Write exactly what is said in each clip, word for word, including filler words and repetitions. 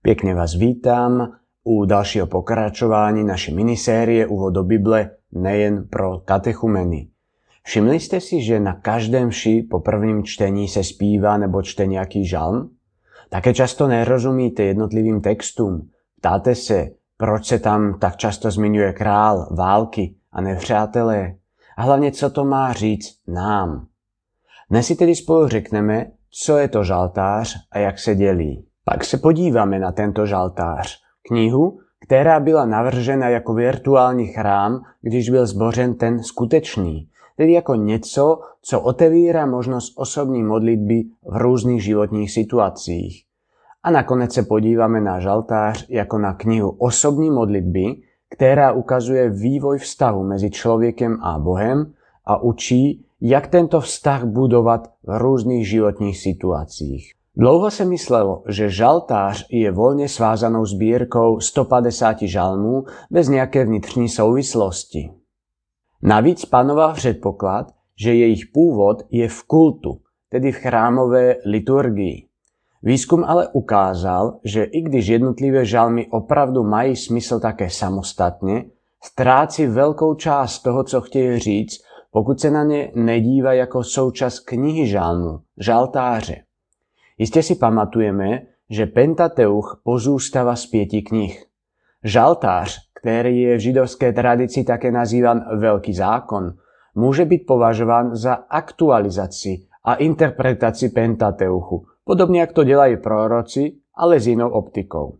Pěkně vás vítám u dalšího pokračování naší minisérie Úvod do Bible nejen pro katechumeny. Všimli jste si, že na každém vši po prvním čtení se zpívá nebo čte nějaký žalm? Také často nerozumíte jednotlivým textům. Ptáte se, proč se tam tak často zmiňuje král, války a nepřátelé? A hlavně, co to má říct nám? Dnes si tedy spolu řekneme, co je to žaltář a jak se dělí. Pak se podíváme na tento žaltář, knihu, která byla navržena jako virtuální chrám, když byl zbořen ten skutečný, tedy jako něco, co otevírá možnost osobní modlitby v různých životních situacích. A nakonec se podíváme na žaltář jako na knihu osobní modlitby, která ukazuje vývoj vztahu mezi člověkem a Bohem a učí, jak tento vztah budovat v různých životních situacích. Dlouho se myslelo, že žaltář je volně svázanou sbírkou sto padesát žalmů bez nějaké vnitřní souvislosti. Navíc panoval předpoklad, že jejich původ je v kultu, tedy v chrámové liturgii. Výzkum ale ukázal, že i když jednotlivé žalmy opravdu mají smysl také samostatně, ztrácí velkou část toho, co chtějí říct, pokud se na ně nedívá jako součást knihy žalmů, žaltáře. Jistě si pamatujeme, že Pentateuch pozůstává z pěti knih. Žaltář, který je v židovské tradici také nazývan Velký zákon, může být považován za aktualizaci a interpretaci Pentateuchu, podobně jak to dělají proroci, ale s jinou optikou.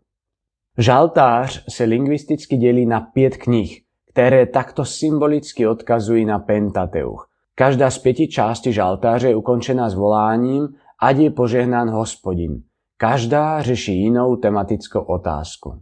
Žaltář se lingvisticky dělí na pět knih, které takto symbolicky odkazují na Pentateuch. Každá z pěti částí žaltáře je ukončena zvoláním ať je požehnán Hospodin. Každá řeší jinou tematickou otázku.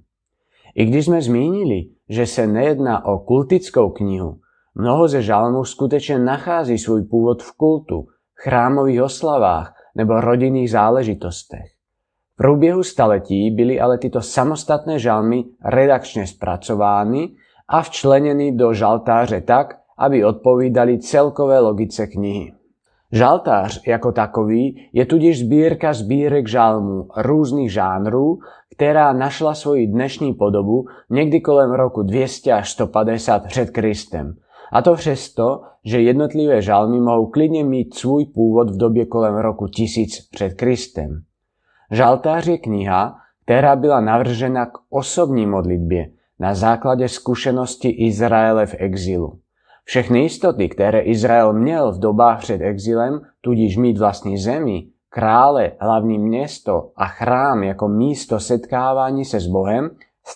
I když jsme zmínili, že se nejedná o kultickou knihu, mnoho ze žalmů skutečně nachází svůj původ v kultu, chrámových oslavách nebo rodinných záležitostech. V průběhu staletí byly ale tyto samostatné žalmy redakčně zpracovány a včleněny do žaltáře tak, aby odpovídaly celkové logice knihy. Žaltář jako takový je tudíž sbírka sbírek žalmů různých žánrů, která našla svoji dnešní podobu někdy kolem roku dvě stě až sto padesát před Kristem. A to přesto, že jednotlivé žalmy mohou klidně mít svůj původ v době kolem roku tisíc před Kristem. Žaltář je kniha, která byla navržena k osobní modlitbě na základě zkušenosti Izraele v exilu. Všechny jistoty, které Izrael měl v dobách před exilem, tudíž mít vlastní zemi, krále, hlavní město a chrám jako místo setkávání se s Bohem,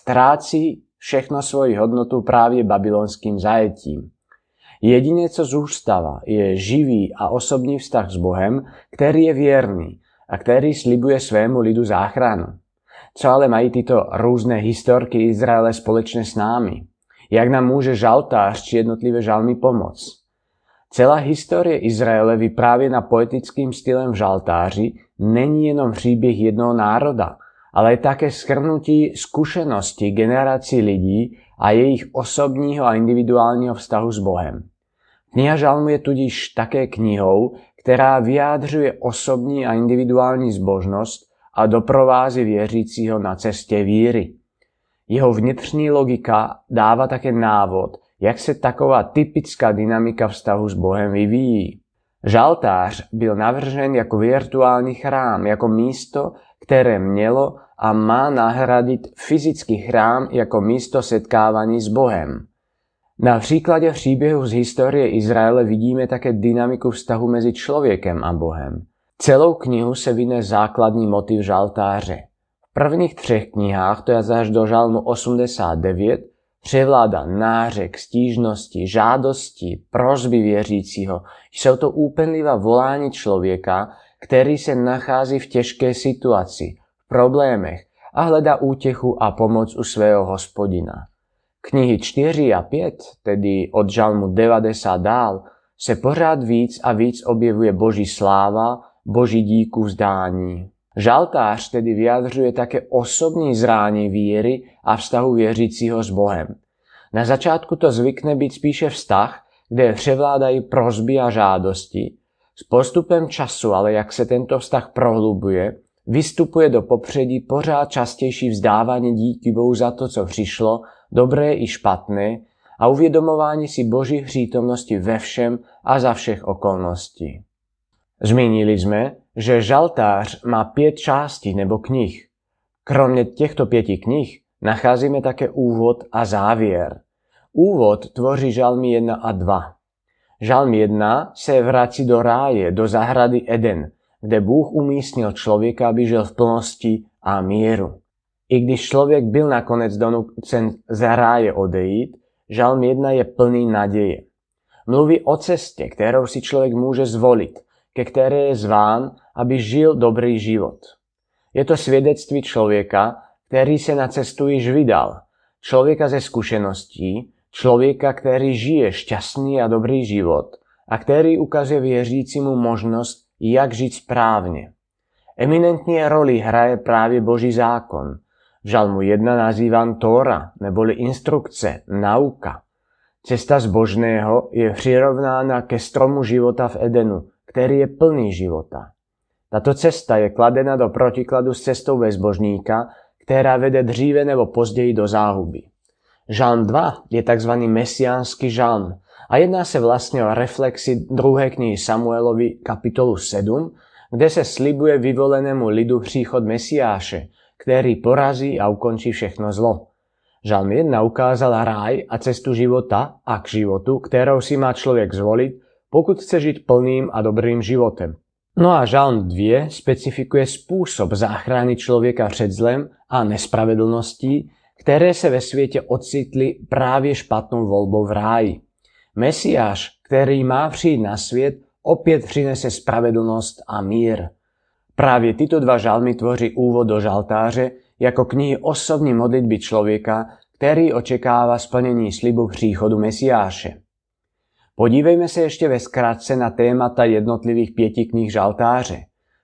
ztrácí všechno svoji hodnotu právě babylonským zajetím. Jediné, co zůstává, je živý a osobní vztah s Bohem, který je věrný a který slibuje svému lidu záchranu. Co ale mají tyto různé historky Izraele společně s námi? Jak nám může žaltář či jednotlivé žalmy pomoct? Celá historie Izraele vyprávěna poetickým stylem v žaltáři není jenom příběh jednoho národa, ale je také shrnutí zkušeností generací lidí a jejich osobního a individuálního vztahu s Bohem. Kniha žalmu je tudíž také knihou, která vyjádřuje osobní a individuální zbožnost a doprovází věřícího na cestě víry. Jeho vnitřní logika dává také návod, jak se taková typická dynamika vztahu s Bohem vyvíjí. Žaltář byl navržen jako virtuální chrám, jako místo, které mělo a má nahradit fyzický chrám jako místo setkávání s Bohem. Na příkladě příběhu z historie Izraele vidíme také dynamiku vztahu mezi člověkem a Bohem. Celou knihu se vyne základní motiv žaltáře. V prvních třech knihách, to je až do žalmu osmdesát devět, převládá nářek, stížnosti, žádosti, prosby věřícího. Jsou to úpenlivá volání člověka, který se nachází v těžké situaci, v problémech a hledá útěchu a pomoc u svého Hospodina. Knihy čtyři a pět, tedy od žalmu devadesát dál, se pořád víc a víc objevuje Boží sláva, Boží díku vzdání. Žaltář tedy vyjadřuje také osobní zrání víry a vztahu věřícího s Bohem. Na začátku to zvykne být spíše vztah, kde převládají prosby a žádosti. S postupem času ale jak se tento vztah prohlubuje, vystupuje do popředí pořád častější vzdávání díky Bohu za to, co přišlo, dobré i špatné, a uvědomování si Boží přítomnosti ve všem a za všech okolností. Zmínili jsme, že žaltář má pět částí nebo knih. Kromě těchto pěti knih nacházíme také úvod a závěr. Úvod tvoří žalmy jedna a dva. Žalm jedna se vrací do ráje, do zahrady Eden, kde Bůh umístil člověka, aby žil v plnosti a míru. I když člověk byl nakonec donucen z ráje odejít, žalm jedna je plný naděje. Mluví o cestě, kterou si člověk může zvolit, ke které je zván, aby žil dobrý život. Je to svědectví člověka, který se na cestu již vydal. Člověka ze zkušeností, člověka, který žije šťastný a dobrý život a který ukazuje věřícímu možnost, jak žít správně. Eminentní roli hraje právě Boží zákon. V žalmu jedna nazýván Tóra, neboli instrukce, nauka. Cesta zbožného je přirovnána ke stromu života v Edenu, který je plný života. Tato cesta je kladena do protikladu s cestou bezbožníka, která vede dříve nebo později do záhuby. Žalm dva je tzv. Mesiánský žalm a jedná se vlastně o reflexi druhé knihy Samuelovi kapitolu sedm, kde se slibuje vyvolenému lidu příchod Mesiáše, který porazí a ukončí všechno zlo. Žalm jedna ukázal ráj a cestu života a k životu, kterou si má člověk zvolit, pokud chce žít plným a dobrým životem. No a žalm dva specifikuje způsob záchrany člověka před zlem a nespravedlností, které se ve světě ocitly právě špatnou volbou v ráji. Mesiáš, který má přijít na svět, opět přinese spravedlnost a mír. Právě tyto dva žalmy tvoří úvod do žaltáře jako knihy osobní modlitby člověka, který očekává splnění slibu příchodu Mesiáše. Podívejme se ještě ve zkratce na témata jednotlivých pěti knih žaltáře.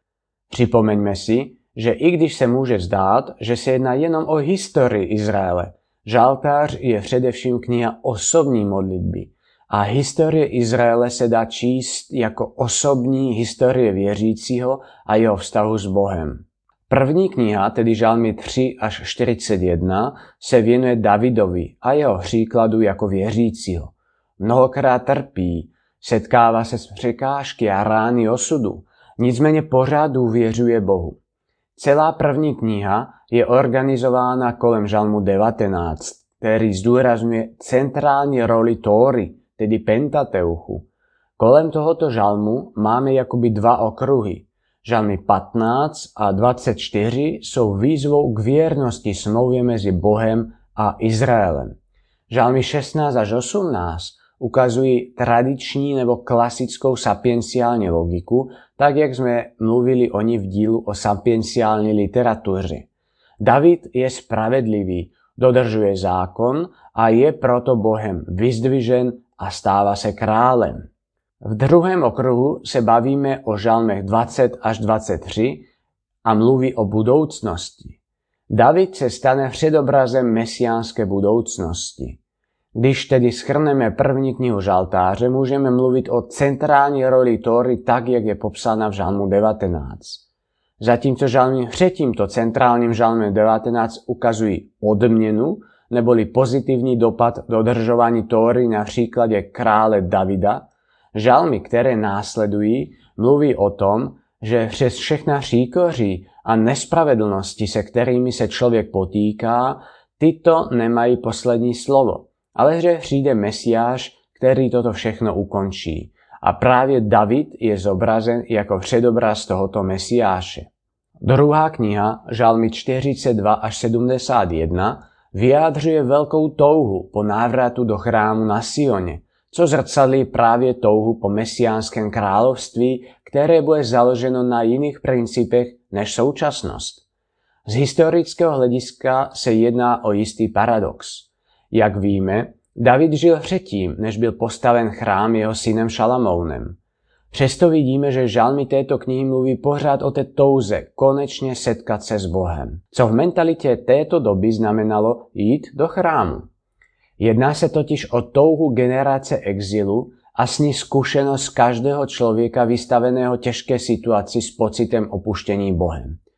Připomeňme si, že i když se může zdát, že se jedná jenom o historii Izraele, žaltář je především kniha osobní modlitby a historie Izraele se dá číst jako osobní historie věřícího a jeho vztahu s Bohem. První kniha, tedy žalmy tři až čtyřicet jedna, se věnuje Davidovi a jeho příkladu jako věřícího. Mnohokrát trpí, setkává se s překážky a rány osudu, nicméně pořád důvěřuje Bohu. Celá první kniha je organizována kolem žalmu devatenáct, který zdůrazňuje centrální roli Tóry, tedy Pentateuchu. Kolem tohoto žalmu máme jakoby dva okruhy. Žalmy patnáct a dvacet čtyři jsou výzvou k věrnosti smlouvě mezi Bohem a Izraelem. Žalmy šestnáct až osmnáct ukazují tradiční nebo klasickou sapienciální logiku, tak jak jsme mluvili o ní v dílu o sapienciální literatuře. David je spravedlivý, dodržuje zákon a je proto Bohem vyzdvižen a stává se králem. V druhém okruhu se bavíme o žalmech dvacet až dvacet tři a mluví o budoucnosti. David se stane předobrazem mesiánské budoucnosti. Když tedy shrneme první knihu žaltáře, můžeme mluvit o centrální roli Tóry tak, jak je popsána v žalmu devatenáct. Zatímco žalmy před tímto centrálním žalmem devatenáct ukazují odměnu, neboli pozitivní dopad dodržování Tóry na příkladě krále Davida, žalmy, které následují, mluví o tom, že přes všechna příkoří a nespravedlnosti, se kterými se člověk potýká, tyto nemají poslední slovo, ale že přijde Mesiáš, který toto všechno ukončí. A právě David je zobrazen jako předobraz tohoto Mesiáše. Druhá kniha, žalmy čtyřicet dva až sedmdesát jedna, vyjádřuje velkou touhu po návratu do chrámu na Sioně, co zrcadlí právě touhu po mesiánském království, které bude založeno na jiných principech než současnost. Z historického hlediska se jedná o jistý paradox. Jak víme, David žil předtím, než byl postaven chrám jeho synem Šalamounem. Přesto vidíme, že žalmy této knihy mluví pořád o té touze konečně setkat se s Bohem, co v mentalitě této doby znamenalo jít do chrámu. Jedná se totiž o touhu generace exilu a s ní zkušenost každého člověka vystaveného těžké situaci s pocitem opuštění Bohem.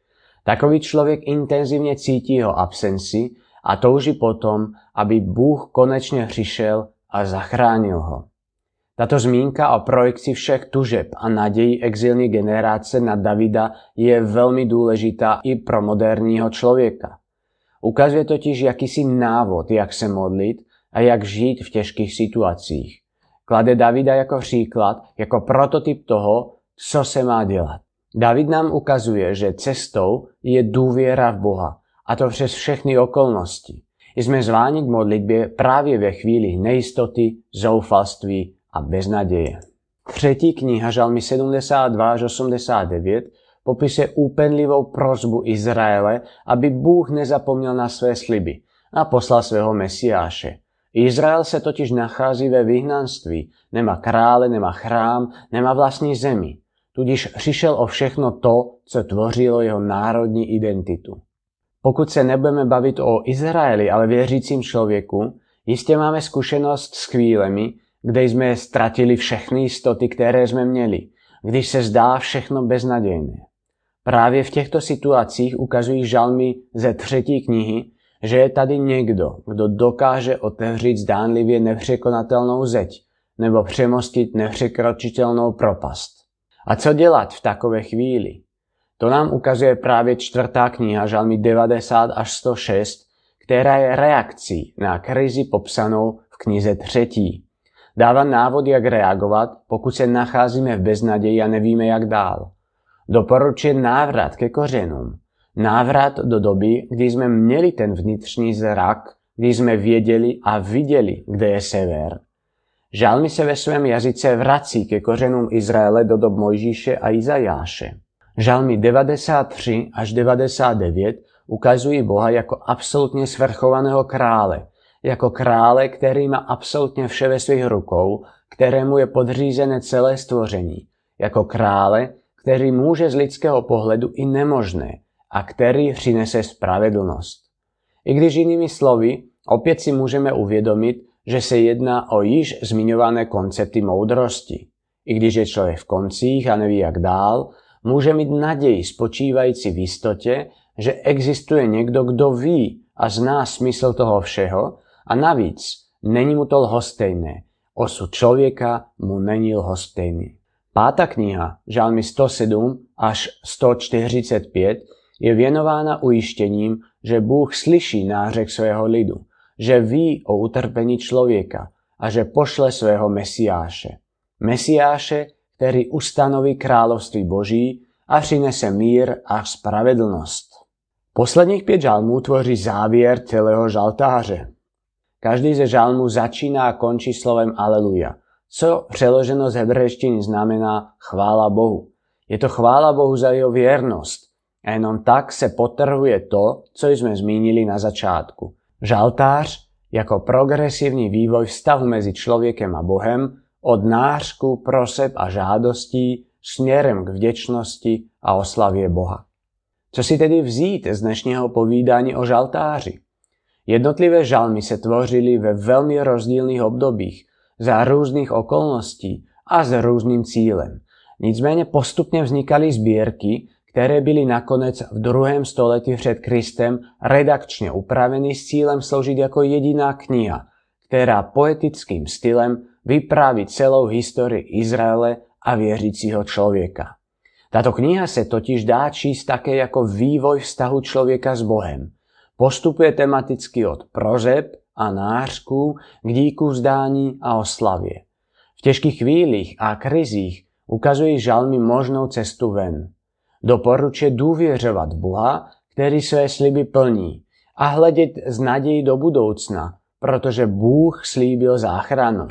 Takový člověk intenzivně cítí jeho absenci a touží potom, aby Bůh konečně přišel a zachránil ho. Tato zmínka o projekci všech tužeb a nadějí exilní generace na Davida je velmi důležitá i pro moderního člověka. Ukazuje totiž jakýsi návod, jak se modlit a jak žít v těžkých situacích. Klade Davida jako příklad, jako prototyp toho, co se má dělat. David nám ukazuje, že cestou je důvěra v Boha, a to přes všechny okolnosti. Jsme zváni k modlitbě právě ve chvíli nejistoty, zoufalství a beznaděje. Třetí kniha Žalmy sedmdesát dva až osmdesát devět popisuje úpenlivou prosbu Izraele, aby Bůh nezapomněl na své sliby a poslal svého Mesiáše. Izrael se totiž nachází ve vyhnanství, nemá krále, nemá chrám, nemá vlastní zemi. Tudíž přišel o všechno to, co tvořilo jeho národní identitu. Pokud se nebudeme bavit o Izraeli, ale věřícím člověku, jistě máme zkušenost s chvílemi, kde jsme ztratili všechny jistoty, které jsme měli, když se zdá všechno beznadějné. Právě v těchto situacích ukazují žalmy ze třetí knihy, že je tady někdo, kdo dokáže otevřít zdánlivě nepřekonatelnou zeď nebo přemostit nepřekročitelnou propast. A co dělat v takové chvíli? To nám ukazuje právě čtvrtá kniha Žalmy devadesát až sto šest, která je reakcí na krizi popsanou v knize třetí. Dává návod, jak reagovat, pokud se nacházíme v beznaději a nevíme, jak dál. Doporučuje návrat ke kořenům. Návrat do doby, kdy jsme měli ten vnitřní zrak, kdy jsme věděli a viděli, kde je sever. Žalmy se ve svém jazyce vrací ke kořenům Izraele do dob Mojžíše a Izajáše. Žalmy devadesát tři až devadesát devět ukazují Boha jako absolutně svrchovaného krále, jako krále, který má absolutně vše ve svých rukou, kterému je podřízené celé stvoření, jako krále, který může z lidského pohledu i nemožné a který přinese spravedlnost. I když jinými slovy, opět si můžeme uvědomit, že se jedná o již zmiňované koncepty moudrosti. I když je člověk v koncích a neví jak dál, může mít naději spočívající v jistotě, že existuje někdo, kdo ví a zná smysl toho všeho a navíc není mu to lhostejné. Osud člověka mu není lhostejný. Pátá kniha, Žalmy sto sedm až sto čtyřicet pět, je věnována ujištěním, že Bůh slyší nářek svého lidu, že ví o utrpení člověka a že pošle svého Mesiáše. Mesiáše, který ustanoví království Boží a přinese mír a spravedlnost. Posledních pět žalmů tvoří závěr celého žaltáře. Každý ze žalmů začíná a končí slovem Aleluja, co přeloženo z hebrejštiny znamená chvála Bohu. Je to chvála Bohu za jeho věrnost a jenom tak se podtrhuje to, co jsme zmínili na začátku. Žaltář jako progresivní vývoj vztahu mezi člověkem a Bohem od nářku, proseb a žádostí směrem k vděčnosti a oslavě Boha. Co si tedy vzít z dnešního povídání o žaltáři? Jednotlivé žalmy se tvořily ve velmi rozdílných obdobích, za různých okolností a s různým cílem. Nicméně postupně vznikaly sbírky, které byly nakonec v druhém století před Kristem redakčně upraveny s cílem sloužit jako jediná kniha, která poetickým stylem vypráví celou historii Izraele a věřícího člověka. Tato kniha se totiž dá číst také jako vývoj vztahu člověka s Bohem. Postupuje tematicky od proseb a nářků k díku vzdání a oslavě. V těžkých chvílích a krizích ukazují žalmy možnou cestu ven. Doporučuje důvěřovat Boha, který své sliby plní, a hledět s nadějí do budoucna, protože Bůh slíbil záchranu.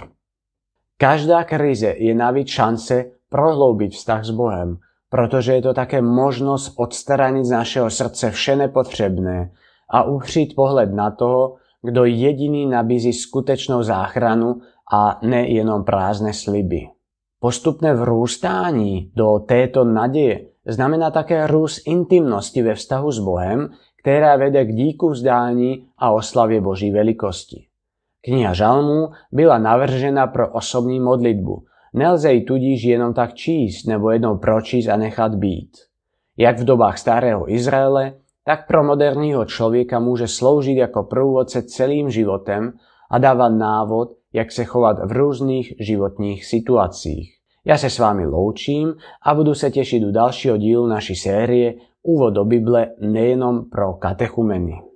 Každá krize je navíc šance prohloubit vztah s Bohem, protože je to také možnost odstranit z našeho srdce vše nepotřebné a upřít pohled na toho, kdo jediný nabízí skutečnou záchranu a nejenom prázdné sliby. Postupné vrůstání do této naděje znamená také růst intimnosti ve vztahu s Bohem, která vede k díku vzdání a oslavě Boží velikosti. Kniha žalmů byla navržena pro osobní modlitbu. Nelze ji tudíž jenom tak číst nebo jednou pročíst a nechat být. Jak v dobách starého Izraele, tak pro moderního člověka může sloužit jako průvodce celým životem a dávat návod, jak se chovat v různých životních situacích. Já se s vámi loučím a budu se těšit u dalšího dílu naší série Úvod do Bible nejenom pro katechumeny.